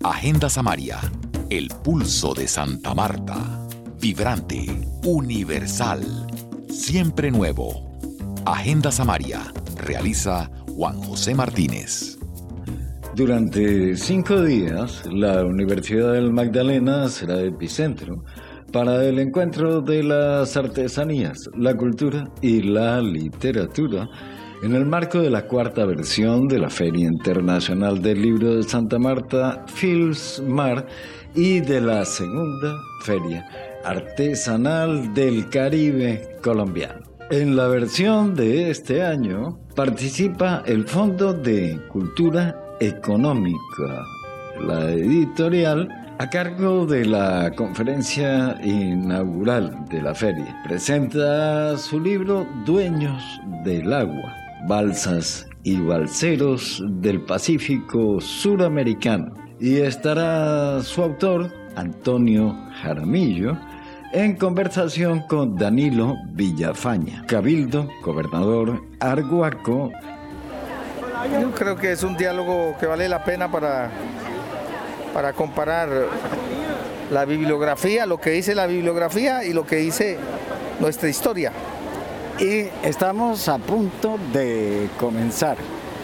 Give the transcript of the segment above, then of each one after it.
Agenda Samaria, el pulso de Santa Marta. Vibrante, universal, siempre nuevo. Agenda Samaria, realiza Juan José Martínez. Durante 5 días, la Universidad del Magdalena será epicentro para el encuentro de las artesanías, la cultura y la literatura en el marco de la 4ª versión de la Feria Internacional del Libro de Santa Marta, FILSMAR, y de la 2ª Feria Artesanal del Caribe colombiano. En la versión de este año participa el Fondo de Cultura Económica, la editorial, a cargo de la conferencia inaugural de la feria. Presenta su libro Dueños del Agua, balsas y balseros del Pacífico Suramericano. Y estará su autor, Antonio Jaramillo, en conversación con Danilo Villafañe, Cabildo, gobernador Arhuaco. Yo creo que es un diálogo que vale la pena para comparar la bibliografía, lo que dice la bibliografía y lo que dice nuestra historia. Y estamos a punto de comenzar.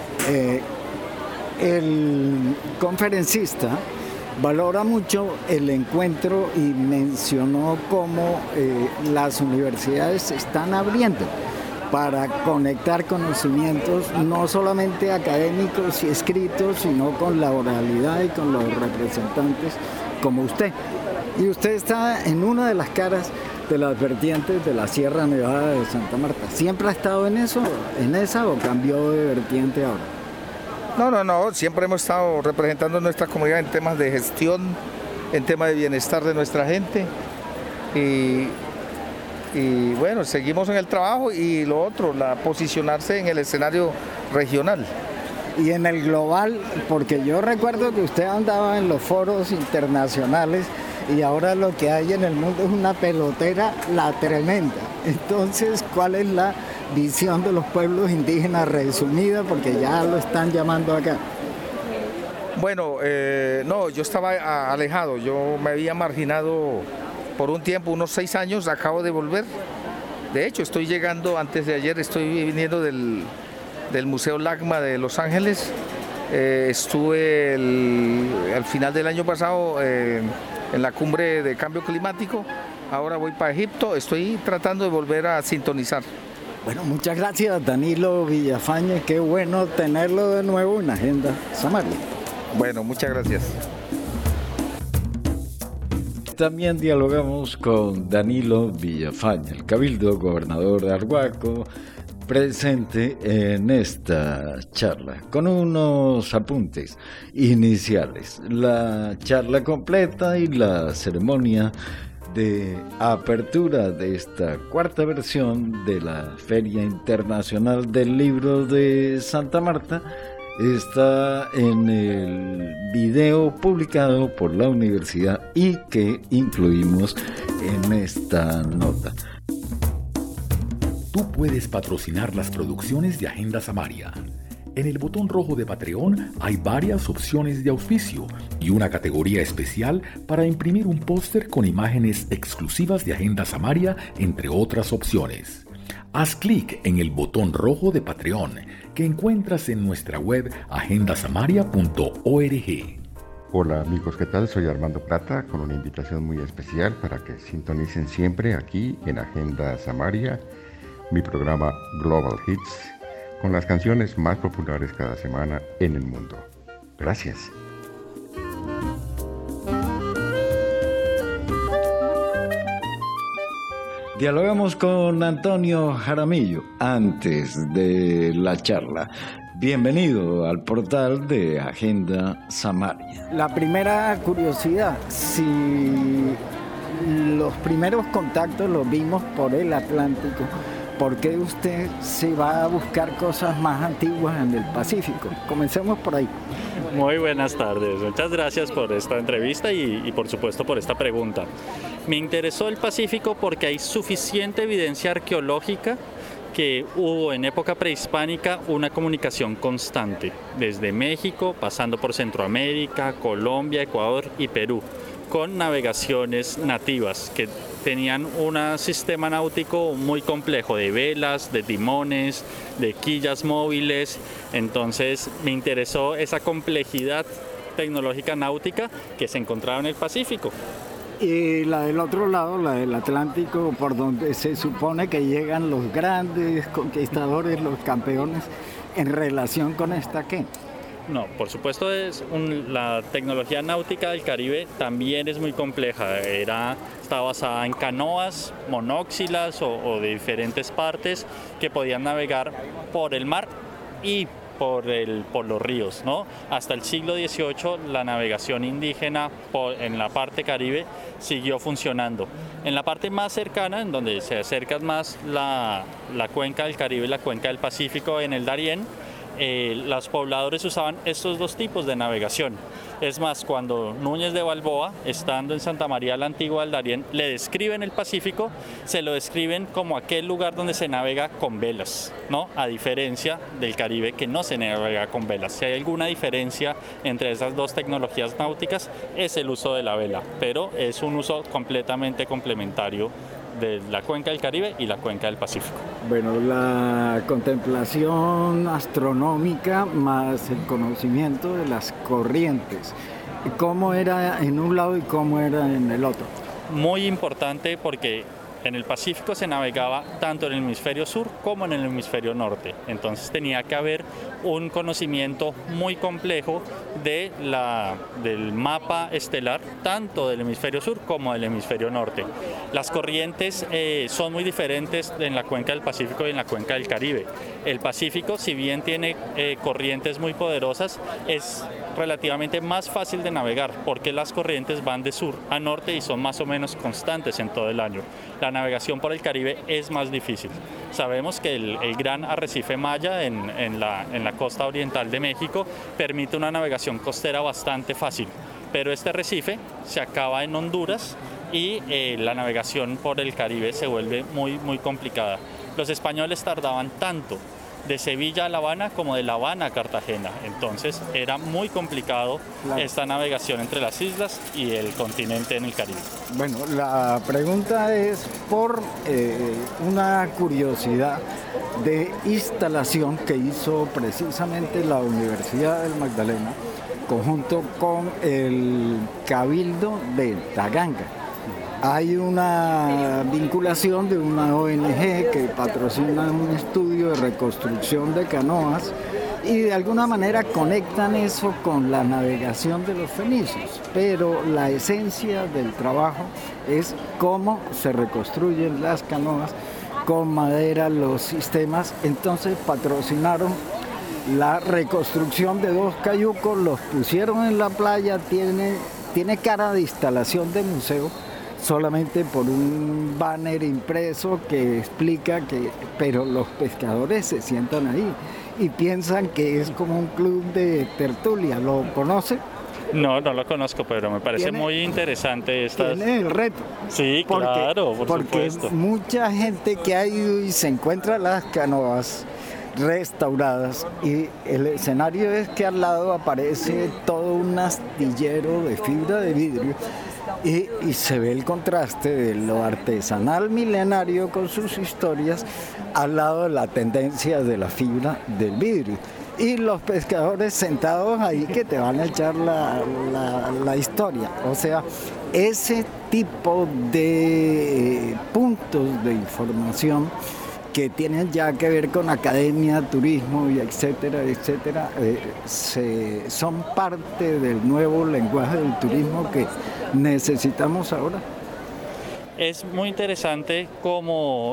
El conferencista valora mucho el encuentro y mencionó cómo las universidades se están abriendo para conectar conocimientos no solamente académicos y escritos, sino con la oralidad y con los representantes como usted. Y usted está en una de las caras de las vertientes de la Sierra Nevada de Santa Marta. ¿Siempre ha estado en esa o cambió de vertiente ahora? No, siempre hemos estado representando nuestra comunidad en temas de gestión, en temas de bienestar de nuestra gente. Y bueno, seguimos en el trabajo y lo otro, posicionarse en el escenario regional. Y en el global, porque yo recuerdo que usted andaba en los foros internacionales y ahora lo que hay en el mundo es una pelotera la tremenda. Entonces, ¿cuál es la visión de los pueblos indígenas resumida? Porque ya lo están llamando acá. Bueno, no, yo estaba alejado, yo me había marginado por un tiempo, unos 6 años, acabo de volver. De hecho, estoy llegando, antes de ayer, estoy viniendo del Museo LACMA de Los Ángeles. Estuve al final del año pasado en la cumbre de cambio climático. Ahora voy para Egipto, estoy tratando de volver a sintonizar. Bueno, muchas gracias, Danilo Villafañe. Qué bueno tenerlo de nuevo en Agenda Samaria. Bueno, muchas gracias. También dialogamos con Danilo Villafañe, el Cabildo, gobernador de Arhuaco, presente en esta charla, con unos apuntes iniciales. La charla completa y la ceremonia de apertura de esta 4ª versión de la Feria Internacional del Libro de Santa Marta está en el video publicado por la universidad y que incluimos en esta nota. Tú puedes patrocinar las producciones de Agenda Samaria. En el botón rojo de Patreon hay varias opciones de auspicio y una categoría especial para imprimir un póster con imágenes exclusivas de Agenda Samaria, entre otras opciones. Haz clic en el botón rojo de Patreon que encuentras en nuestra web agendasamaria.org. Hola amigos, ¿qué tal? Soy Armando Plata con una invitación muy especial para que sintonicen siempre aquí en Agenda Samaria, mi programa Global Hits, con las canciones más populares cada semana en el mundo. Gracias. Dialogamos con Antonio Jaramillo antes de la charla. Bienvenido al portal de Agenda Samaria. La primera curiosidad, si los primeros contactos los vimos por el Atlántico, ¿por qué usted se va a buscar cosas más antiguas en el Pacífico? Comencemos por ahí. Muy buenas tardes, muchas gracias por esta entrevista y por supuesto por esta pregunta. Me interesó el Pacífico porque hay suficiente evidencia arqueológica que hubo en época prehispánica una comunicación constante, desde México, pasando por Centroamérica, Colombia, Ecuador y Perú, con navegaciones nativas que tenían un sistema náutico muy complejo de velas, de timones, de quillas móviles. Entonces me interesó esa complejidad tecnológica náutica que se encontraba en el Pacífico. Y la del otro lado, la del Atlántico, por donde se supone que llegan los grandes conquistadores, los campeones, ¿en relación con esta qué? No, por supuesto la tecnología náutica del Caribe también es muy compleja. Está basada en canoas monóxilas o de diferentes partes que podían navegar por el mar y por los ríos, ¿no? Hasta el siglo XVIII la navegación indígena en la parte caribe siguió funcionando. En la parte más cercana, en donde se acerca más la cuenca del Caribe y la cuenca del Pacífico en el Darién, los pobladores usaban estos dos tipos de navegación. Es más, cuando Núñez de Balboa, estando en Santa María la Antigua del Darién, le describen el Pacífico, se lo describen como aquel lugar donde se navega con velas, ¿no? A diferencia del Caribe, que no se navega con velas. Si hay alguna diferencia entre esas dos tecnologías náuticas, es el uso de la vela, pero es un uso completamente complementario de la cuenca del Caribe y la cuenca del Pacífico. Bueno, la contemplación astronómica más el conocimiento de las corrientes. ¿Cómo era en un lado y cómo era en el otro? Muy importante porque en el Pacífico se navegaba tanto en el hemisferio sur como en el hemisferio norte. Entonces tenía que haber un conocimiento muy complejo del mapa estelar, tanto del hemisferio sur como del hemisferio norte. Las corrientes son muy diferentes en la cuenca del Pacífico y en la cuenca del Caribe. El Pacífico, si bien tiene corrientes muy poderosas, es relativamente más fácil de navegar porque las corrientes van de sur a norte y son más o menos constantes en todo el año. La navegación por el Caribe es más difícil. Sabemos que el gran arrecife Maya en la costa oriental de México permite una navegación costera bastante fácil, pero este arrecife se acaba en Honduras y la navegación por el Caribe se vuelve muy, muy complicada. Los españoles tardaban tanto de Sevilla a La Habana como de La Habana a Cartagena. Entonces era muy complicado esta navegación entre las islas y el continente en el Caribe. Bueno, la pregunta es por una curiosidad de instalación que hizo precisamente la Universidad del Magdalena conjunto con el Cabildo de Taganga. Hay una vinculación de una ONG que patrocina un estudio de reconstrucción de canoas y de alguna manera conectan eso con la navegación de los fenicios, pero la esencia del trabajo es cómo se reconstruyen las canoas con madera, los sistemas. Entonces patrocinaron la reconstrucción de 2 cayucos, los pusieron en la playa, tiene cara de instalación de museo, solamente por un banner impreso que explica pero los pescadores se sientan ahí y piensan que es como un club de tertulia. ¿Lo conoce? No lo conozco, pero me parece muy interesante Tiene el reto. Sí, claro, por supuesto. Porque mucha gente que ha ido y se encuentra las canoas restauradas y el escenario es que al lado aparece todo un astillero de fibra de vidrio y se ve el contraste de lo artesanal milenario con sus historias al lado de la tendencia de la fibra del vidrio y los pescadores sentados ahí que te van a echar la historia. O sea, ese tipo de puntos de información que tienen ya que ver con academia, turismo y etcétera, etcétera, son parte del nuevo lenguaje del turismo que necesitamos ahora. Es muy interesante cómo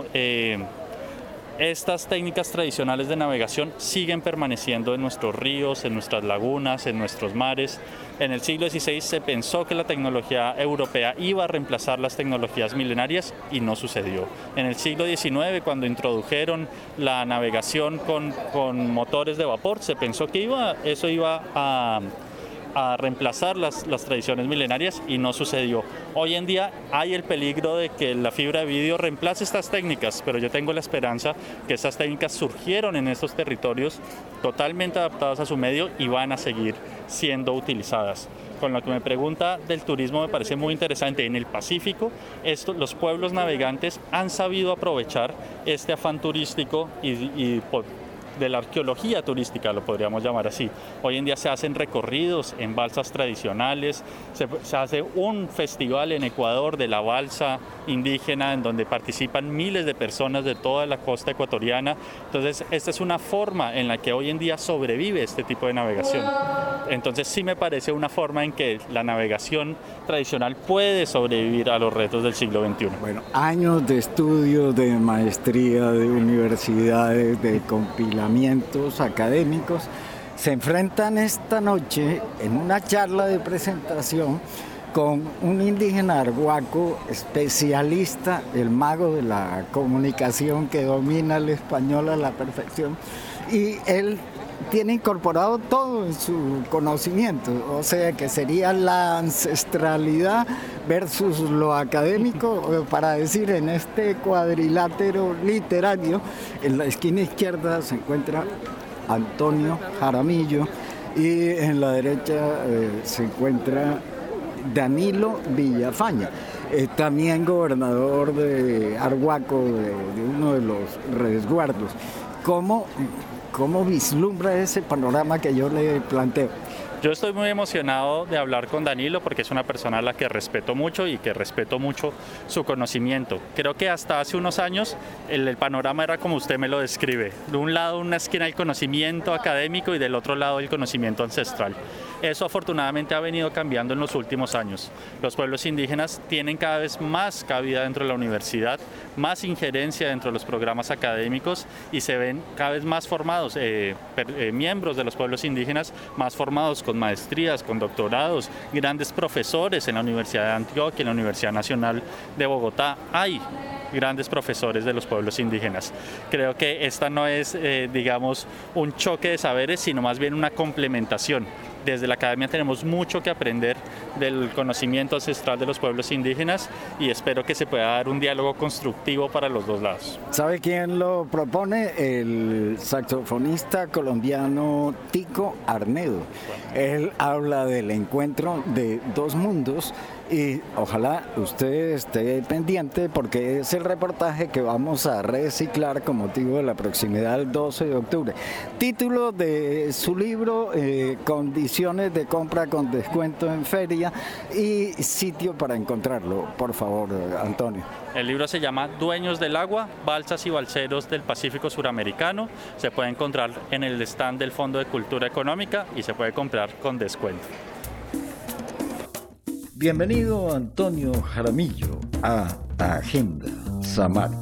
estas técnicas tradicionales de navegación siguen permaneciendo en nuestros ríos, en nuestras lagunas, en nuestros mares. En el siglo XVI se pensó que la tecnología europea iba a reemplazar las tecnologías milenarias y no sucedió. En el siglo XIX, cuando introdujeron la navegación con motores de vapor, se pensó que eso iba a reemplazar las tradiciones milenarias y no sucedió. Hoy en día hay el peligro de que la fibra de vidrio reemplace estas técnicas, pero yo tengo la esperanza que estas técnicas surgieron en estos territorios totalmente adaptados a su medio y van a seguir siendo utilizadas. Con lo que me pregunta del turismo, me parece muy interesante. En el Pacífico, los pueblos navegantes han sabido aprovechar este afán turístico y de la arqueología turística, lo podríamos llamar así. Hoy en día se hacen recorridos en balsas tradicionales, se hace un festival en Ecuador de la balsa indígena en donde participan miles de personas de toda la costa ecuatoriana. Entonces, esta es una forma en la que hoy en día sobrevive este tipo de navegación. Entonces, sí me parece una forma en que la navegación tradicional puede sobrevivir a los retos del siglo XXI. Bueno, años de estudio, de maestría, de universidades, de compilamientos académicos, se enfrentan esta noche en una charla de presentación con un indígena arhuaco, especialista, el mago de la comunicación que domina el español a la perfección, y él tiene incorporado todo en su conocimiento, o sea que sería la ancestralidad versus lo académico, para decir, en este cuadrilátero literario, en la esquina izquierda se encuentra Antonio Jaramillo y en la derecha se encuentra Danilo Villafaña, también gobernador de Arhuaco, de uno de los resguardos. ¿Cómo vislumbra ese panorama que yo le planteo? Yo estoy muy emocionado de hablar con Danilo porque es una persona a la que respeto mucho y que respeto mucho su conocimiento. Creo que hasta hace unos años el panorama era como usted me lo describe. De un lado una esquina el conocimiento académico y del otro lado el conocimiento ancestral. Eso afortunadamente ha venido cambiando en los últimos años. Los pueblos indígenas tienen cada vez más cabida dentro de la universidad, más injerencia dentro de los programas académicos y se ven cada vez más formados, miembros de los pueblos indígenas más formados con maestrías, con doctorados, grandes profesores en la Universidad de Antioquia, en la Universidad Nacional de Bogotá. Hay grandes profesores de los pueblos indígenas. Creo que esta no es, digamos, un choque de saberes, sino más bien una complementación. Desde la academia tenemos mucho que aprender del conocimiento ancestral de los pueblos indígenas y espero que se pueda dar un diálogo constructivo para los dos lados. ¿Sabe quién lo propone? El saxofonista colombiano Tico Arnedo. Él habla del encuentro de dos mundos y ojalá usted esté pendiente porque es el reportaje que vamos a reciclar con motivo de la proximidad del 12 de octubre. Título de su libro, Condiciones de compra con descuento en feria, y sitio para encontrarlo, por favor, Antonio. El libro se llama Dueños del Agua, Balsas y Balseros del Pacífico Suramericano. Se puede encontrar en el stand del Fondo de Cultura Económica y se puede comprar con descuento. Bienvenido, Antonio Jaramillo, a Agenda Samaria.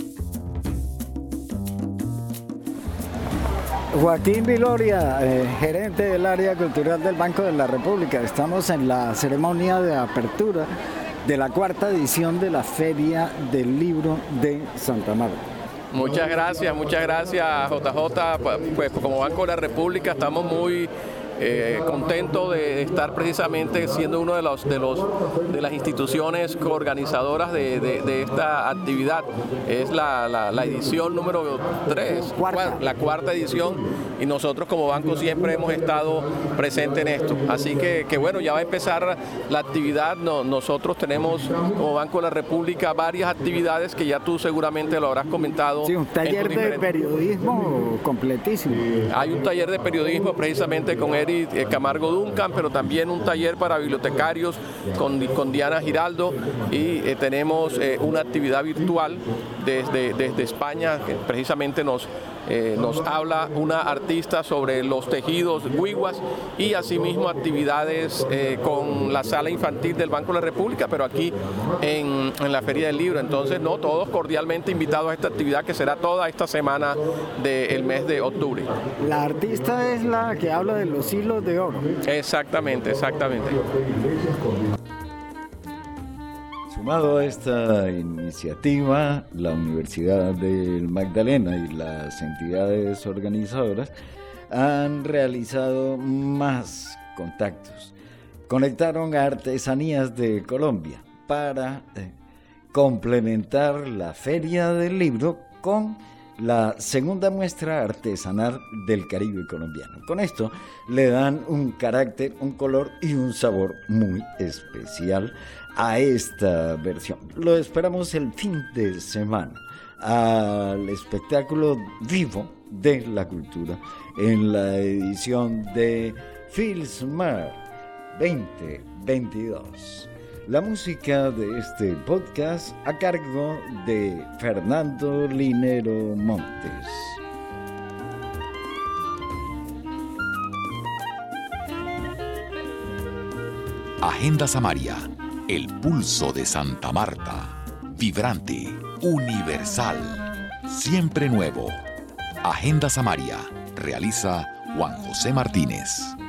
Joaquín Viloria, gerente del área cultural del Banco de la República. Estamos en la ceremonia de apertura de la 4ª edición de la Feria del Libro de Santa Marta. Muchas gracias JJ. Pues como Banco de la República estamos muy contento de estar precisamente siendo uno de las instituciones organizadoras de esta actividad. Es la edición número 3, la 4ª edición, y nosotros como banco siempre hemos estado presentes en esto. Así que bueno, ya va a empezar la actividad. Nosotros tenemos como Banco de la República varias actividades que ya tú seguramente lo habrás comentado. Sí, un taller de periodismo completísimo. Hay un taller de periodismo precisamente con Eric Camargo Duncan, pero también un taller para bibliotecarios con Diana Giraldo, y tenemos una actividad virtual desde España que precisamente nos habla una artista sobre los tejidos huihuas, y asimismo actividades con la sala infantil del Banco de la República, pero aquí en la Feria del Libro. Entonces, todos cordialmente invitados a esta actividad que será toda esta semana del mes de octubre. La artista es la que habla de los hilos de oro. Exactamente. Sumado a esta iniciativa, la Universidad del Magdalena y las entidades organizadoras han realizado más contactos. Conectaron a Artesanías de Colombia para complementar la Feria del Libro con la segunda muestra artesanal del Caribe colombiano. Con esto le dan un carácter, un color y un sabor muy especial a esta versión. Lo esperamos el fin de semana al espectáculo vivo de la cultura en la edición de Filsmar 2022. La música de este podcast a cargo de Fernando Linero Montes. Agenda Samaria, el pulso de Santa Marta, vibrante, universal, siempre nuevo. Agenda Samaria, realiza Juan José Martínez.